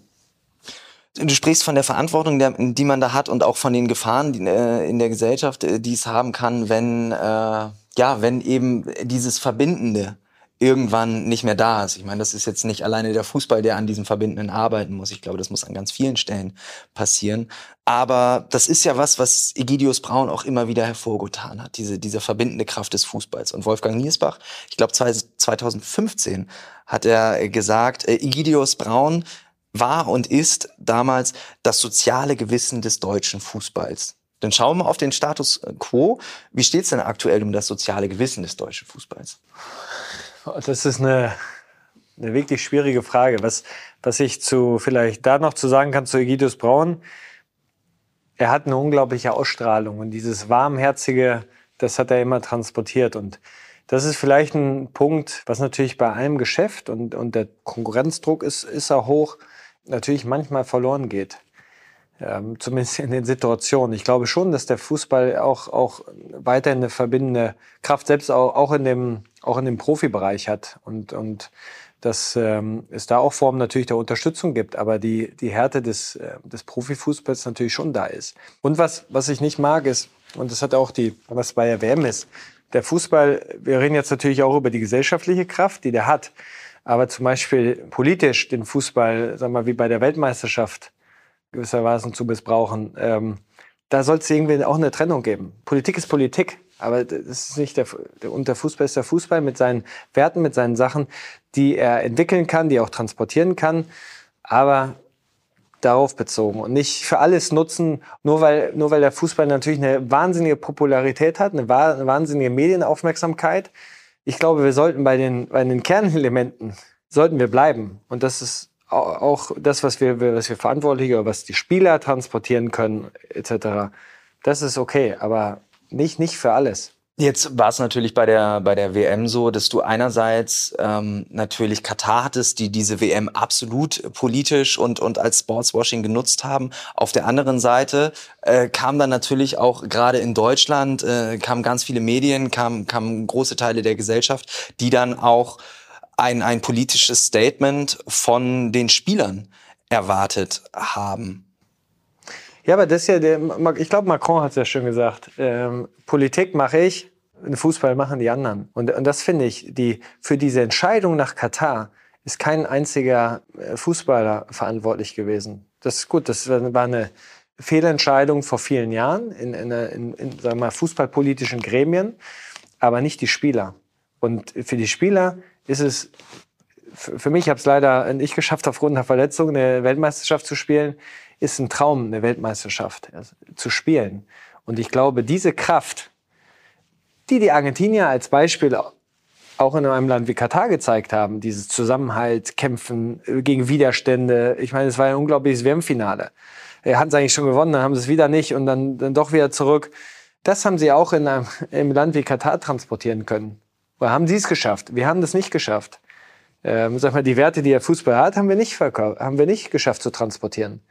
Du sprichst von der Verantwortung, die man da hat und auch von den Gefahren in der Gesellschaft, die es haben kann, wenn eben dieses Verbindende irgendwann nicht mehr da ist. Ich meine, das ist jetzt nicht alleine der Fußball, der an diesem Verbindenden arbeiten muss. Ich glaube, das muss an ganz vielen Stellen passieren. Aber das ist ja was Egidius Braun auch immer wieder hervorgetan hat, diese verbindende Kraft des Fußballs. Und Wolfgang Niersbach, ich glaube 2015 hat er gesagt, Egidius Braun war und ist damals das soziale Gewissen des deutschen Fußballs. Dann schauen wir auf den Status quo. Wie steht es denn aktuell um das soziale Gewissen des deutschen Fußballs? Das ist eine wirklich schwierige Frage. Was ich vielleicht da noch zu sagen kann zu Egidius Braun, er hat eine unglaubliche Ausstrahlung und dieses Warmherzige, das hat er immer transportiert. Und das ist vielleicht ein Punkt, was natürlich bei allem Geschäft und der Konkurrenzdruck ist auch hoch, natürlich manchmal verloren geht. Zumindest in den Situationen. Ich glaube schon, dass der Fußball auch weiterhin eine verbindende Kraft selbst auch in dem Profibereich hat und dass es da auch Formen natürlich der Unterstützung gibt, aber die Härte des Profifußballs natürlich schon da ist. Und was ich nicht mag ist, und das hat auch was bei der WM ist, der Fußball, wir reden jetzt natürlich auch über die gesellschaftliche Kraft, die der hat, aber zum Beispiel politisch den Fußball, sagen wir mal, wie bei der Weltmeisterschaft gewissermaßen zu missbrauchen, da soll es irgendwie auch eine Trennung geben. Politik ist Politik, aber das ist nicht und der Fußball ist der Fußball mit seinen Werten, mit seinen Sachen, die er entwickeln kann, die er auch transportieren kann, aber darauf bezogen und nicht für alles nutzen, nur weil der Fußball natürlich eine wahnsinnige Popularität hat, eine wahnsinnige Medienaufmerksamkeit. Ich glaube, wir sollten bei den Kernelementen sollten wir bleiben und das ist auch das, was wir Verantwortliche oder was die Spieler transportieren können, etc. Das ist okay, aber nicht für alles. Jetzt war es natürlich bei der WM so, dass du einerseits natürlich Katar hattest, die diese WM absolut politisch und als Sportswashing genutzt haben. Auf der anderen Seite kam dann natürlich auch gerade in Deutschland, kamen ganz viele Medien, kamen große Teile der Gesellschaft, die dann auch ein politisches Statement von den Spielern erwartet haben. Ja, aber das ist ja ich glaube, Macron hat es ja schön gesagt. Politik mache ich, Fußball machen die anderen. Und das finde ich, für diese Entscheidung nach Katar ist kein einziger Fußballer verantwortlich gewesen. Das ist gut, das war eine Fehlentscheidung vor vielen Jahren in sagen wir mal, fußballpolitischen Gremien, aber nicht die Spieler. Und für die Spieler ist es, für mich, ich habe es leider nicht geschafft, aufgrund einer Verletzung eine Weltmeisterschaft zu spielen, ist ein Traum, eine Weltmeisterschaft zu spielen. Und ich glaube, diese Kraft, die Argentinier als Beispiel auch in einem Land wie Katar gezeigt haben, dieses Zusammenhalt, Kämpfen gegen Widerstände. Ich meine, es war ein unglaubliches WM-Finale. Hatten es eigentlich schon gewonnen, dann haben sie es wieder nicht und dann doch wieder zurück. Das haben sie auch im Land wie Katar transportieren können. Oder haben sie es geschafft? Wir haben das nicht geschafft. Sag mal, die Werte, die der Fußball hat, haben wir nicht geschafft zu transportieren.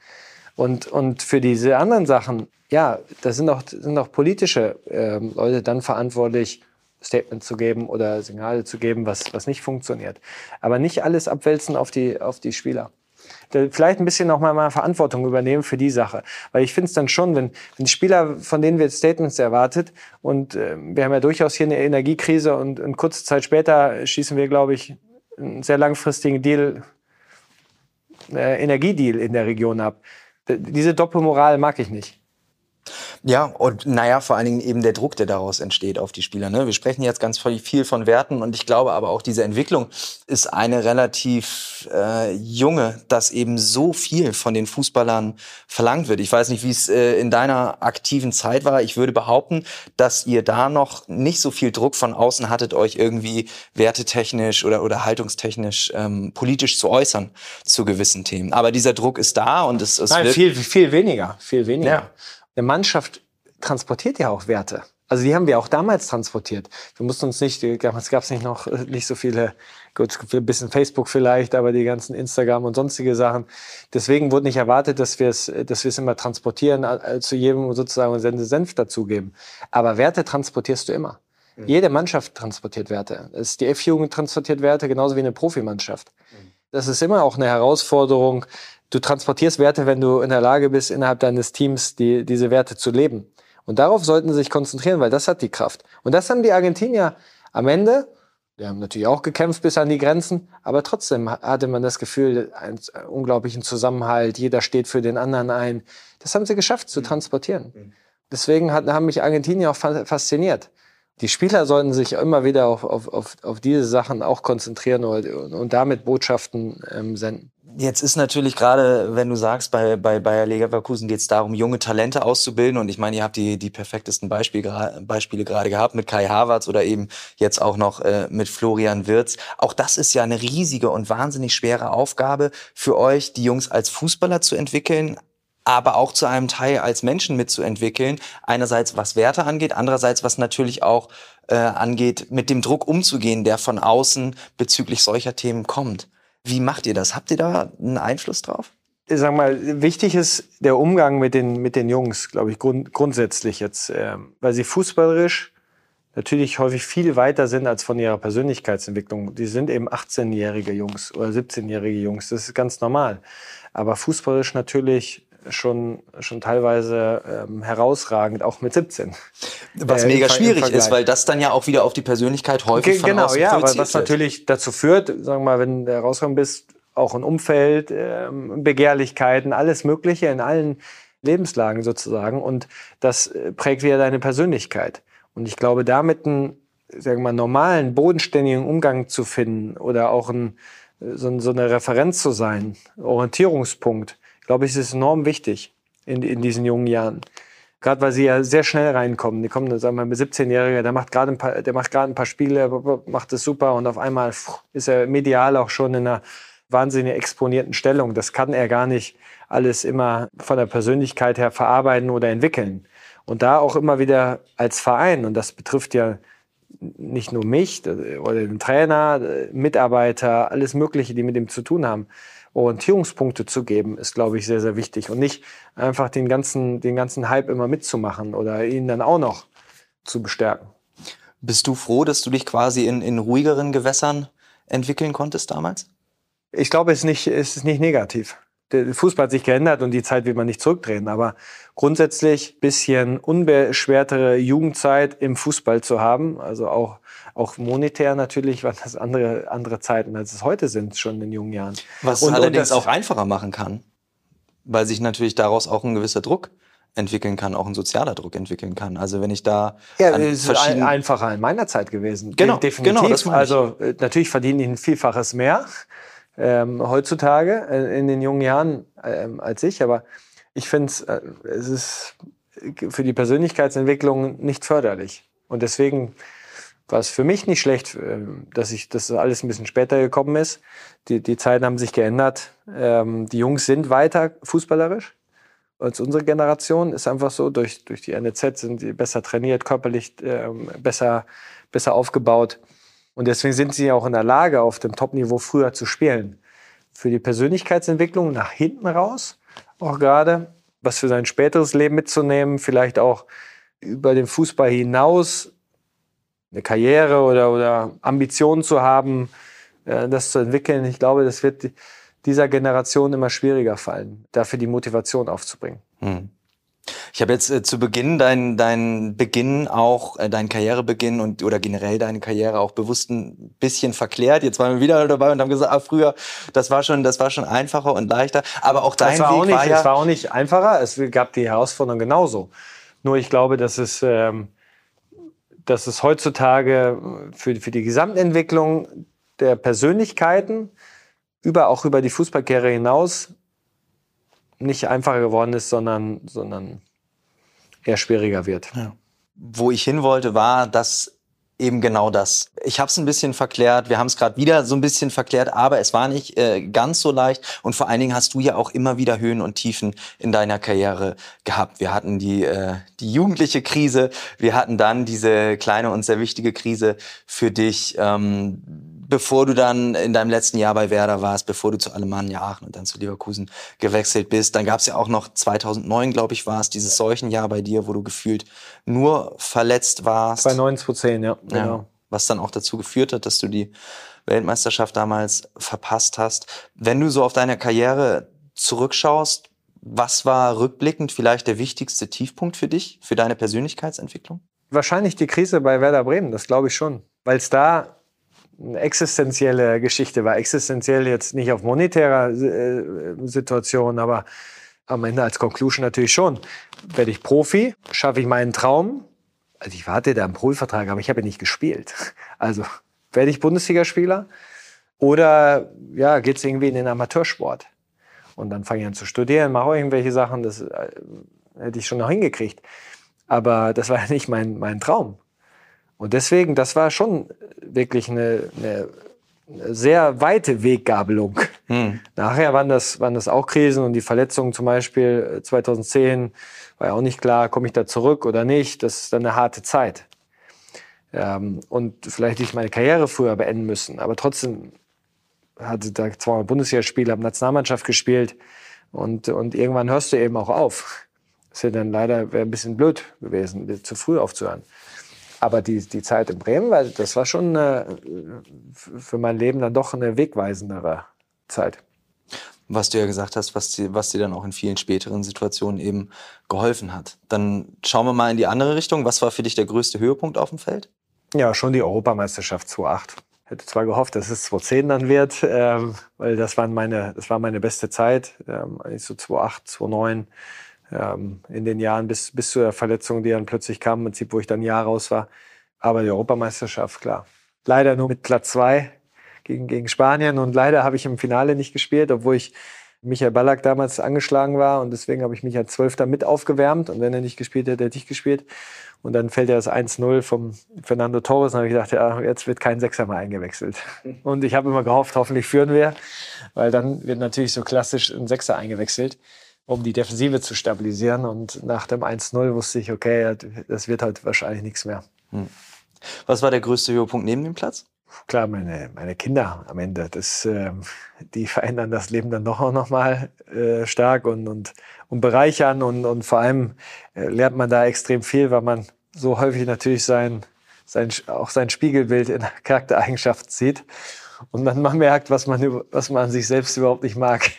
Und für diese anderen Sachen, ja, da sind auch politische Leute dann verantwortlich, Statements zu geben oder Signale zu geben, was nicht funktioniert. Aber nicht alles abwälzen auf die Spieler. Vielleicht ein bisschen noch mal Verantwortung übernehmen für die Sache. Weil ich finde es dann schon, wenn die Spieler, von denen wir Statements erwartet, und wir haben ja durchaus hier eine Energiekrise und kurze Zeit später schießen wir, glaube ich, einen sehr langfristigen Energiedeal in der Region ab. Diese Doppelmoral mag ich nicht. Ja, und vor allen Dingen eben der Druck, der daraus entsteht auf die Spieler. Ne? Wir sprechen jetzt ganz viel von Werten und ich glaube aber auch, diese Entwicklung ist eine relativ junge, dass eben so viel von den Fußballern verlangt wird. Ich weiß nicht, wie es in deiner aktiven Zeit war. Ich würde behaupten, dass ihr da noch nicht so viel Druck von außen hattet, euch irgendwie wertetechnisch oder haltungstechnisch politisch zu äußern zu gewissen Themen. Aber dieser Druck ist da und es Nein, wird viel weniger. Ja. Eine Mannschaft transportiert ja auch Werte. Also die haben wir auch damals transportiert. Wir mussten uns damals gab es nicht so viele, gut, ein bisschen Facebook vielleicht, aber die ganzen Instagram und sonstige Sachen. Deswegen wurde nicht erwartet, dass wir es immer transportieren, zu jedem sozusagen einen Senf dazugeben. Aber Werte transportierst du immer. Mhm. Jede Mannschaft transportiert Werte. Die F-Jugend transportiert Werte, genauso wie eine Profimannschaft. Mhm. Das ist immer auch eine Herausforderung. Du transportierst Werte, wenn du in der Lage bist, innerhalb deines Teams diese Werte zu leben. Und darauf sollten sie sich konzentrieren, weil das hat die Kraft. Und das haben die Argentinier am Ende, Die haben natürlich auch gekämpft bis an die Grenzen, aber trotzdem hatte man das Gefühl, einen unglaublichen Zusammenhalt, jeder steht für den anderen ein. Das haben sie geschafft zu transportieren. Deswegen haben mich Argentinier auch fasziniert. Die Spieler sollten sich immer wieder auf diese Sachen auch konzentrieren und damit Botschaften senden. Jetzt ist natürlich gerade, wenn du sagst, bei Bayer Leverkusen geht es darum, junge Talente auszubilden. Und ich meine, ihr habt die perfektesten Beispiele gerade gehabt mit Kai Havertz oder eben jetzt auch noch mit Florian Wirtz. Auch das ist ja eine riesige und wahnsinnig schwere Aufgabe für euch, die Jungs als Fußballer zu entwickeln, aber auch zu einem Teil als Menschen mitzuentwickeln. Einerseits, was Werte angeht, andererseits, was natürlich auch angeht, mit dem Druck umzugehen, der von außen bezüglich solcher Themen kommt. Wie macht ihr das? Habt ihr da einen Einfluss drauf? Ich sag mal, wichtig ist der Umgang mit den Jungs, glaube ich, grundsätzlich jetzt, weil sie fußballerisch natürlich häufig viel weiter sind als von ihrer Persönlichkeitsentwicklung. Die sind eben 18-jährige Jungs oder 17-jährige Jungs, das ist ganz normal. Aber fußballerisch natürlich schon teilweise herausragend, auch mit 17. Was mega schwierig ist, weil das dann ja auch wieder auf die Persönlichkeit häufig von außen ja, projiziert aber was wird. natürlich dazu führt, sagen wir mal, wenn du herausgekommen bist, auch ein Umfeld, Begehrlichkeiten, alles Mögliche in allen Lebenslagen sozusagen. Und das prägt wieder deine Persönlichkeit. Und ich glaube, damit einen, sagen wir mal, normalen, bodenständigen Umgang zu finden oder auch so eine Referenz zu sein, Orientierungspunkt, glaube ich, ist enorm wichtig in diesen jungen Jahren. Gerade weil sie ja sehr schnell reinkommen. Die kommen, sagen wir mal, mit 17-Jähriger, der macht gerade ein paar Spiele, macht es super und auf einmal ist er medial auch schon in einer wahnsinnig exponierten Stellung. Das kann er gar nicht alles immer von der Persönlichkeit her verarbeiten oder entwickeln. Und da auch immer wieder als Verein, und das betrifft ja nicht nur mich oder den Trainer, Mitarbeiter, alles Mögliche, die mit ihm zu tun haben, Orientierungspunkte zu geben, ist, glaube ich, sehr, sehr wichtig. Und nicht einfach den ganzen Hype immer mitzumachen oder ihn dann auch noch zu bestärken. Bist du froh, dass du dich quasi in ruhigeren Gewässern entwickeln konntest damals? Ich glaube, es ist nicht negativ. Der Fußball hat sich geändert und die Zeit will man nicht zurückdrehen. Aber grundsätzlich ein bisschen unbeschwertere Jugendzeit im Fußball zu haben, also auch monetär natürlich, weil das andere Zeiten, als es heute sind, schon in jungen Jahren. Was allerdings auch einfacher machen kann, weil sich natürlich daraus auch ein gewisser Druck entwickeln kann, auch ein sozialer Druck entwickeln kann. Also wenn ich da ja, es ist einfacher in meiner Zeit gewesen. Genau, definitiv. Genau, das meine ich. Also natürlich verdiene ich ein Vielfaches mehr heutzutage in den jungen Jahren als ich. Aber ich finde, es ist für die Persönlichkeitsentwicklung nicht förderlich. Und deswegen war es für mich nicht schlecht, dass alles ein bisschen später gekommen ist. Die Zeiten haben sich geändert. Die Jungs sind weiter fußballerisch als unsere Generation. Ist einfach so, durch die NLZ sind sie besser trainiert, körperlich besser aufgebaut. Und deswegen sind sie auch in der Lage, auf dem Top-Niveau früher zu spielen. Für die Persönlichkeitsentwicklung nach hinten raus, auch gerade, was für sein späteres Leben mitzunehmen, vielleicht auch über den Fußball hinaus eine Karriere oder Ambitionen zu haben, das zu entwickeln. Ich glaube, das wird dieser Generation immer schwieriger fallen, dafür die Motivation aufzubringen. Ich habe jetzt zu Beginn deinen Karrierebeginn oder generell deine Karriere auch bewusst ein bisschen verklärt. Jetzt waren wir wieder dabei und haben gesagt, früher, das war schon einfacher und leichter. Aber auch dein Weg war ja... Es war auch nicht einfacher, es gab die Herausforderung genauso. Nur ich glaube, dass es heutzutage für die Gesamtentwicklung der Persönlichkeiten auch über die Fußballkarriere hinaus nicht einfacher geworden ist, sondern eher schwieriger wird. Ja. Wo ich hin wollte, war, dass eben genau das. Ich habe es ein bisschen verklärt, wir haben es gerade wieder so ein bisschen verklärt, aber es war nicht ganz so leicht. Und vor allen Dingen hast du ja auch immer wieder Höhen und Tiefen in deiner Karriere gehabt. Wir hatten die jugendliche Krise, wir hatten dann diese kleine und sehr wichtige Krise für dich, bevor du dann in deinem letzten Jahr bei Werder warst, bevor du zu Alemannia Aachen und dann zu Leverkusen gewechselt bist. Dann gab es ja auch noch 2009, glaube ich, war es, dieses Seuchenjahr bei dir, wo du gefühlt nur verletzt warst. 2009, 2010, ja. Genau. Ja, was dann auch dazu geführt hat, dass du die Weltmeisterschaft damals verpasst hast. Wenn du so auf deine Karriere zurückschaust, was war rückblickend vielleicht der wichtigste Tiefpunkt für dich, für deine Persönlichkeitsentwicklung? Wahrscheinlich die Krise bei Werder Bremen, das glaube ich schon. Weil es da eine existenzielle Geschichte war. Existenziell jetzt nicht auf monetärer Situation, aber am Ende als Conclusion natürlich schon. Werde ich Profi, schaffe ich meinen Traum. Also ich hatte da einen Profivertrag, aber ich habe ja nicht gespielt. Also werde ich Bundesligaspieler oder ja, geht es irgendwie in den Amateursport? Und dann fange ich an zu studieren, mache irgendwelche Sachen, das hätte ich schon noch hingekriegt. Aber das war ja nicht mein Traum. Und deswegen, das war schon wirklich eine sehr weite Weggabelung. Nachher waren das auch Krisen und die Verletzungen zum Beispiel 2010 war ja auch nicht klar, komme ich da zurück oder nicht. Das ist dann eine harte Zeit. Und vielleicht hätte ich meine Karriere früher beenden müssen. Aber trotzdem hatte da 200 Bundesligaspiele, habe Nationalmannschaft gespielt und irgendwann hörst du eben auch auf. Das wäre dann leider ein bisschen blöd gewesen, zu früh aufzuhören. Aber die Zeit in Bremen, das war schon für mein Leben dann doch eine wegweisendere Zeit. Was du ja gesagt hast, was dir dann auch in vielen späteren Situationen eben geholfen hat. Dann schauen wir mal in die andere Richtung. Was war für dich der größte Höhepunkt auf dem Feld? Ja, schon die Europameisterschaft 2008. Hätte zwar gehofft, dass es 2010 dann wird, weil das war meine beste Zeit. Eigentlich so 2008, 2009. In den Jahren bis zu der Verletzung, die dann plötzlich kam, im Prinzip, wo ich dann ein Jahr raus war. Aber die Europameisterschaft, klar. Leider nur mit Platz 2 gegen Spanien und leider habe ich im Finale nicht gespielt, obwohl ich Michael Ballack damals angeschlagen war und deswegen habe ich mich als 12. mit aufgewärmt und wenn er nicht gespielt hätte, hätte ich gespielt. Und dann fällt ja das 1-0 vom Fernando Torres und habe ich gedacht, ja, jetzt wird kein Sechser mehr eingewechselt. Und ich habe immer gehofft, hoffentlich führen wir, weil dann wird natürlich so klassisch ein Sechser eingewechselt, um die Defensive zu stabilisieren. Und nach dem 1-0 wusste ich, okay, das wird halt wahrscheinlich nichts mehr. Was war der größte Höhepunkt neben dem Platz? Klar, meine Kinder am Ende. Die verändern das Leben dann noch mal stark und bereichern. Und vor allem lernt man da extrem viel, weil man so häufig natürlich auch sein Spiegelbild in Charaktereigenschaften sieht. Und dann man merkt, was man an sich selbst überhaupt nicht mag.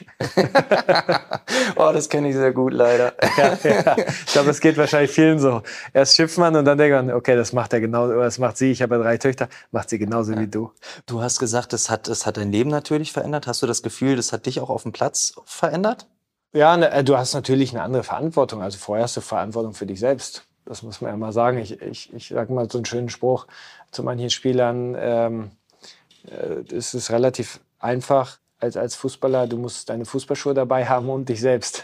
Oh, das kenne ich sehr gut, leider. Ja. Ich glaube, es geht wahrscheinlich vielen so. Erst schimpft man und dann denkt man, okay, das macht er genauso, oder das macht sie, ich habe ja 3 Töchter, macht sie genauso wie du. Du hast gesagt, das hat dein Leben natürlich verändert. Hast du das Gefühl, das hat dich auch auf dem Platz verändert? Ja, du hast natürlich eine andere Verantwortung. Also vorher hast du Verantwortung für dich selbst. Das muss man ja mal sagen. Ich sage mal so einen schönen Spruch zu manchen Spielern, es ist relativ einfach als Fußballer, du musst deine Fußballschuhe dabei haben und dich selbst.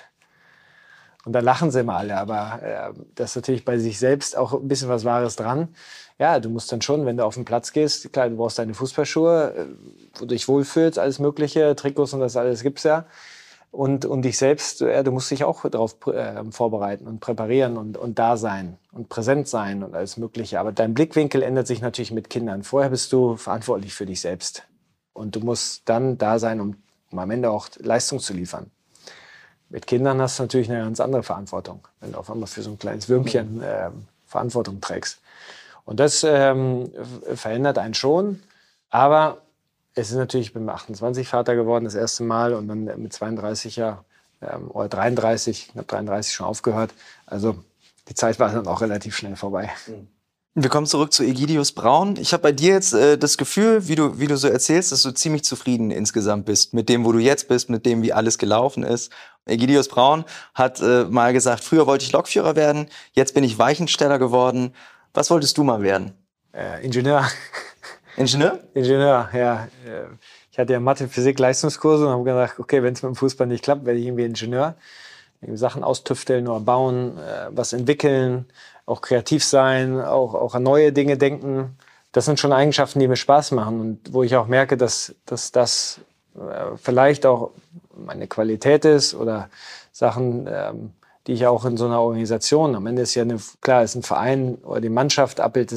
Und da lachen sie immer alle, aber das ist natürlich bei sich selbst auch ein bisschen was Wahres dran. Ja, du musst dann schon, wenn du auf den Platz gehst, klar, du brauchst deine Fußballschuhe, wo du dich wohlfühlst, alles Mögliche, Trikots und das alles gibt's ja. Und dich selbst, du musst dich auch darauf vorbereiten und präparieren und da sein und präsent sein und alles Mögliche. Aber dein Blickwinkel ändert sich natürlich mit Kindern. Vorher bist du verantwortlich für dich selbst. Und du musst dann da sein, um am Ende auch Leistung zu liefern. Mit Kindern hast du natürlich eine ganz andere Verantwortung, wenn du auf einmal für so ein kleines Würmchen Verantwortung trägst. Und das verändert einen schon, aber es ist natürlich, ich bin mit 28 Vater geworden, das erste Mal, und dann mit 32 oder 33, knapp 33 schon aufgehört. Also die Zeit war dann auch relativ schnell vorbei. Wir kommen zurück zu Egidius Braun. Ich habe bei dir jetzt das Gefühl, wie du so erzählst, dass du ziemlich zufrieden insgesamt bist mit dem, wo du jetzt bist, mit dem, wie alles gelaufen ist. Egidius Braun hat mal gesagt, früher wollte ich Lokführer werden, jetzt bin ich Weichensteller geworden. Was wolltest du mal werden? Ingenieur. Ingenieur? Ingenieur, ja. Ich hatte ja Mathe, Physik, Leistungskurse und habe gedacht, okay, wenn es mit dem Fußball nicht klappt, werde ich irgendwie Ingenieur. Irgendwie Sachen austüfteln oder bauen, was entwickeln, auch kreativ sein, auch an neue Dinge denken. Das sind schon Eigenschaften, die mir Spaß machen und wo ich auch merke, dass das vielleicht auch meine Qualität ist oder Sachen, die ich auch in so einer Organisation, am Ende ist ja klar, ist ein Verein oder die Mannschaft Abbild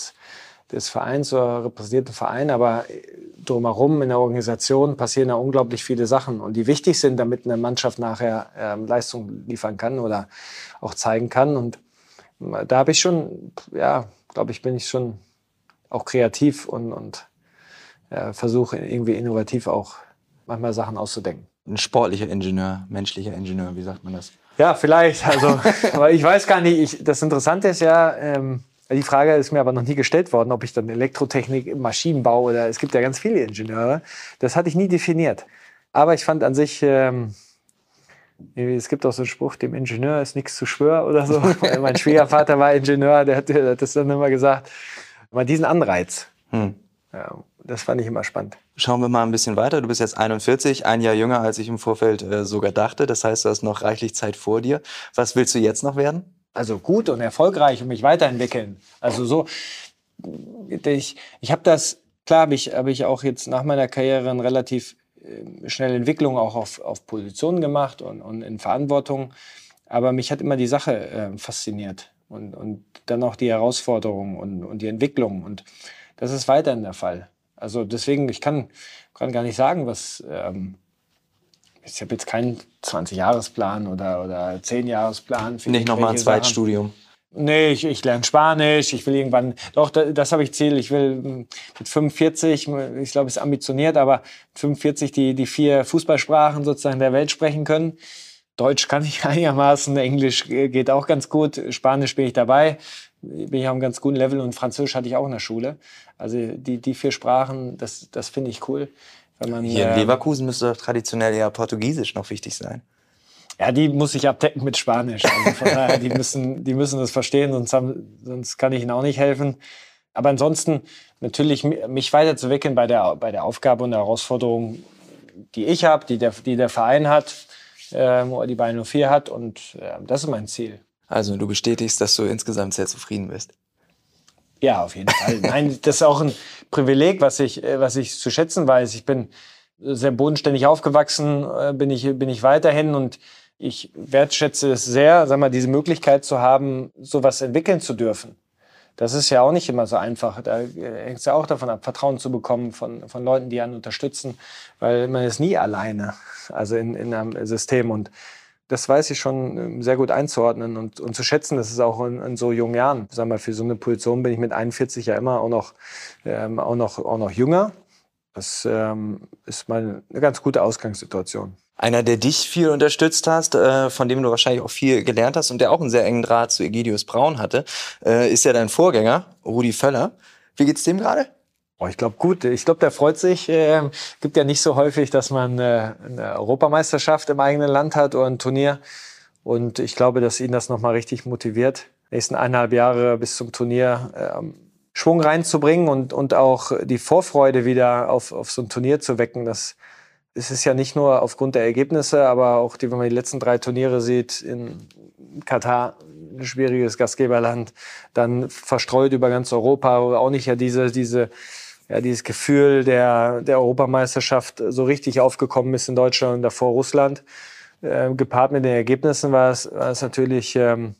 des Vereins oder repräsentierten Verein, aber drumherum in der Organisation passieren da unglaublich viele Sachen und die wichtig sind, damit eine Mannschaft nachher Leistung liefern kann oder auch zeigen kann. Und da habe ich schon, ja, glaube ich, bin ich schon auch kreativ und versuche irgendwie innovativ auch manchmal Sachen auszudenken. Ein sportlicher Ingenieur, menschlicher Ingenieur, wie sagt man das? Ja, vielleicht. Also, aber ich weiß gar nicht. Das Interessante ist ja, Die Frage ist mir aber noch nie gestellt worden, ob ich dann Elektrotechnik, Maschinenbau oder es gibt ja ganz viele Ingenieure. Das hatte ich nie definiert. Aber ich fand an sich, es gibt auch so einen Spruch, dem Ingenieur ist nichts zu schwör oder so. Mein Schwiegervater war Ingenieur, der hat das dann immer gesagt. Aber diesen Anreiz, ja, das fand ich immer spannend. Schauen wir mal ein bisschen weiter. Du bist jetzt 41, ein Jahr jünger, als ich im Vorfeld sogar dachte. Das heißt, du hast noch reichlich Zeit vor dir. Was willst du jetzt noch werden? Also gut und erfolgreich und mich weiterentwickeln. Also so, ich habe das, klar habe ich auch jetzt nach meiner Karriere eine relativ schnelle Entwicklung auch auf Positionen gemacht und in Verantwortung. Aber mich hat immer die Sache fasziniert und dann auch die Herausforderung und die Entwicklung. Und das ist weiterhin der Fall. Also deswegen, ich kann gar nicht sagen, was... ich habe jetzt keinen 20-Jahres-Plan oder 10-Jahres-Plan. Nicht nochmal ein Zweitstudium. Nee, ich lerne Spanisch, ich will irgendwann, doch, das habe ich Ziel, ich will mit 45, ich glaube, es ist ambitioniert, aber mit 45 die 4 Fußballsprachen sozusagen der Welt sprechen können. Deutsch kann ich einigermaßen, Englisch geht auch ganz gut, Spanisch bin ich dabei, bin ich auf einem ganz guten Level und Französisch hatte ich auch in der Schule. Also die 4 Sprachen, das finde ich cool. Wenn man, hier in Leverkusen müsste doch traditionell eher Portugiesisch noch wichtig sein. Ja, die muss ich abdecken mit Spanisch. Also von daher, die müssen das verstehen, sonst kann ich ihnen auch nicht helfen. Aber ansonsten natürlich mich weiterzuentwickeln bei der Aufgabe und der Herausforderung, die ich habe, die der Verein hat, die Bayern 04 hat. Und das ist mein Ziel. Also du bestätigst, dass du insgesamt sehr zufrieden bist. Ja, auf jeden Fall. Nein, das ist auch ein Privileg, was ich zu schätzen weiß. Ich bin sehr bodenständig aufgewachsen, bin ich weiterhin und ich wertschätze es sehr, sag mal, diese Möglichkeit zu haben, sowas entwickeln zu dürfen. Das ist ja auch nicht immer so einfach. Da hängt es ja auch davon ab, Vertrauen zu bekommen von Leuten, die einen unterstützen, weil man ist nie alleine, also in einem System. Und das weiß ich schon sehr gut einzuordnen und zu schätzen. Das ist auch in so jungen Jahren. Sag mal, für so eine Position bin ich mit 41 ja immer auch noch jünger. Das ist mal eine ganz gute Ausgangssituation. Einer, der dich viel unterstützt hast, von dem du wahrscheinlich auch viel gelernt hast und der auch einen sehr engen Draht zu Egidius Braun hatte, ist ja dein Vorgänger, Rudi Völler. Wie geht's dem gerade? Ich glaube gut. Ich glaube, der freut sich. Gibt ja nicht so häufig, dass man eine Europameisterschaft im eigenen Land hat oder ein Turnier. Und ich glaube, dass ihn das nochmal richtig motiviert, nächsten 1,5 Jahre bis zum Turnier Schwung reinzubringen und auch die Vorfreude wieder auf so ein Turnier zu wecken. Es ist ja nicht nur aufgrund der Ergebnisse, aber auch, wenn man die letzten 3 Turniere sieht, in Katar, ein schwieriges Gastgeberland, dann verstreut über ganz Europa, auch nicht ja dieses Gefühl der Europameisterschaft so richtig aufgekommen ist in Deutschland und davor Russland. Gepaart mit den Ergebnissen war es natürlich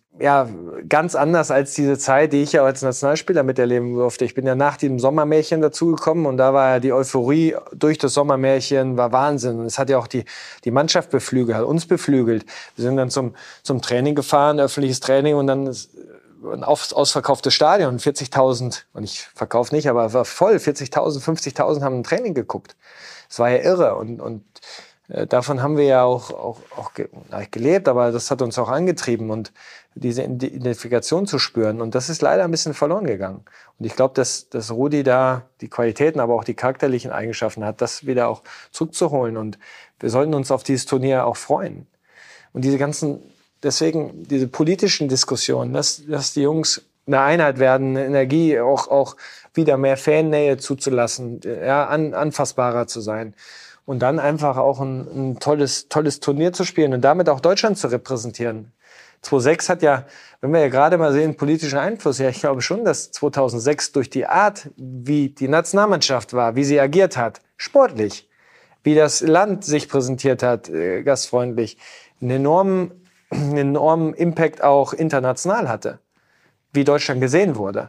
ganz anders als diese Zeit, die ich ja als Nationalspieler miterleben durfte. Ich bin ja nach dem Sommermärchen dazugekommen und da war ja die Euphorie durch das Sommermärchen war Wahnsinn. Und es hat ja auch die Mannschaft beflügelt, hat uns beflügelt. Wir sind dann zum Training gefahren, öffentliches Training und dann ein ausverkauftes Stadion, 40.000, und ich verkaufe nicht, aber war voll, 40.000, 50.000 haben ein Training geguckt. Das war ja irre und davon haben wir ja auch gelebt, aber das hat uns auch angetrieben und diese Identifikation zu spüren. Und das ist leider ein bisschen verloren gegangen. Und ich glaube, dass Rudi da die Qualitäten, aber auch die charakterlichen Eigenschaften hat, das wieder auch zurückzuholen. Und wir sollten uns auf dieses Turnier auch freuen. Und deswegen diese politischen Diskussionen, dass die Jungs eine Einheit werden, eine Energie, auch wieder mehr Fannähe zuzulassen, ja, anfassbarer zu sein. Und dann einfach auch ein tolles Turnier zu spielen und damit auch Deutschland zu repräsentieren. 2006 hat ja, wenn wir ja gerade mal sehen, politischen Einfluss. Ja, ich glaube schon, dass 2006 durch die Art, wie die Nationalmannschaft war, wie sie agiert hat, sportlich, wie das Land sich präsentiert hat, gastfreundlich, einen enormen Impact auch international hatte, wie Deutschland gesehen wurde.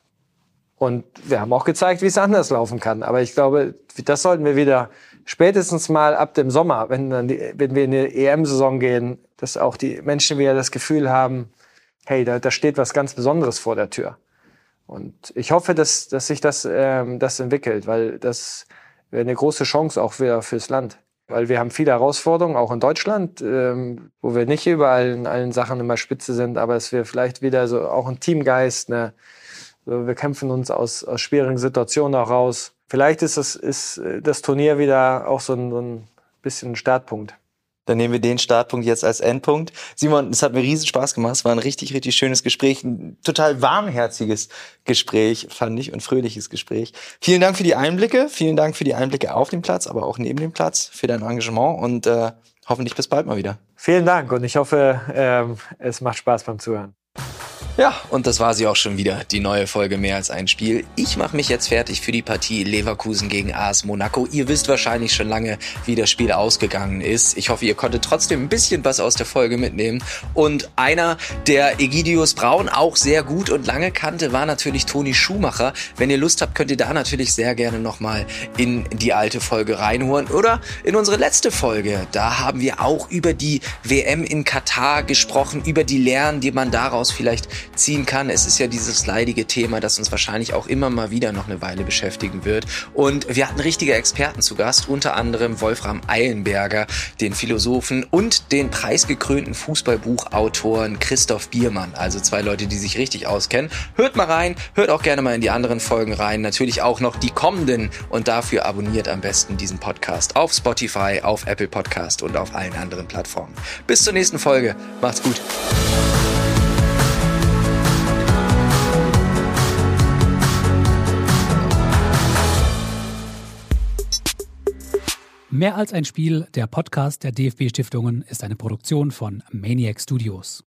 Und wir haben auch gezeigt, wie es anders laufen kann. Aber ich glaube, das sollten wir wieder spätestens mal ab dem Sommer, wenn wir in die EM-Saison gehen, dass auch die Menschen wieder das Gefühl haben, hey, da steht was ganz Besonderes vor der Tür. Und ich hoffe, dass sich das entwickelt, weil das wäre eine große Chance auch wieder fürs Land. Weil wir haben viele Herausforderungen, auch in Deutschland, wo wir nicht überall in allen Sachen immer Spitze sind, aber es wäre vielleicht wieder so auch ein Teamgeist, Wir kämpfen uns aus schwierigen Situationen auch raus. Vielleicht ist das Turnier wieder auch so ein bisschen ein Startpunkt. Dann nehmen wir den Startpunkt jetzt als Endpunkt. Simon, es hat mir riesen Spaß gemacht. Es war ein richtig, richtig schönes Gespräch. Ein total warmherziges Gespräch, fand ich, und fröhliches Gespräch. Vielen Dank für die Einblicke. Vielen Dank für die Einblicke auf dem Platz, aber auch neben dem Platz, für dein Engagement und hoffentlich bis bald mal wieder. Vielen Dank und ich hoffe, es macht Spaß beim Zuhören. Ja, und das war sie auch schon wieder, die neue Folge Mehr als ein Spiel. Ich mache mich jetzt fertig für die Partie Leverkusen gegen AS Monaco. Ihr wisst wahrscheinlich schon lange, wie das Spiel ausgegangen ist. Ich hoffe, ihr konntet trotzdem ein bisschen was aus der Folge mitnehmen. Und einer, der Egidius Braun auch sehr gut und lange kannte, war natürlich Toni Schumacher. Wenn ihr Lust habt, könnt ihr da natürlich sehr gerne nochmal in die alte Folge reinholen. Oder in unsere letzte Folge. Da haben wir auch über die WM in Katar gesprochen, über die Lehren, die man daraus vielleicht ziehen kann. Es ist ja dieses leidige Thema, das uns wahrscheinlich auch immer mal wieder noch eine Weile beschäftigen wird. Und wir hatten richtige Experten zu Gast, unter anderem Wolfram Eilenberger, den Philosophen, und den preisgekrönten Fußballbuchautoren Christoph Biermann. Also 2 Leute, die sich richtig auskennen. Hört mal rein, hört auch gerne mal in die anderen Folgen rein. Natürlich auch noch die kommenden. Und dafür abonniert am besten diesen Podcast auf Spotify, auf Apple Podcast und auf allen anderen Plattformen. Bis zur nächsten Folge. Macht's gut. Mehr als ein Spiel, der Podcast der DFB-Stiftungen, ist eine Produktion von Maniac Studios.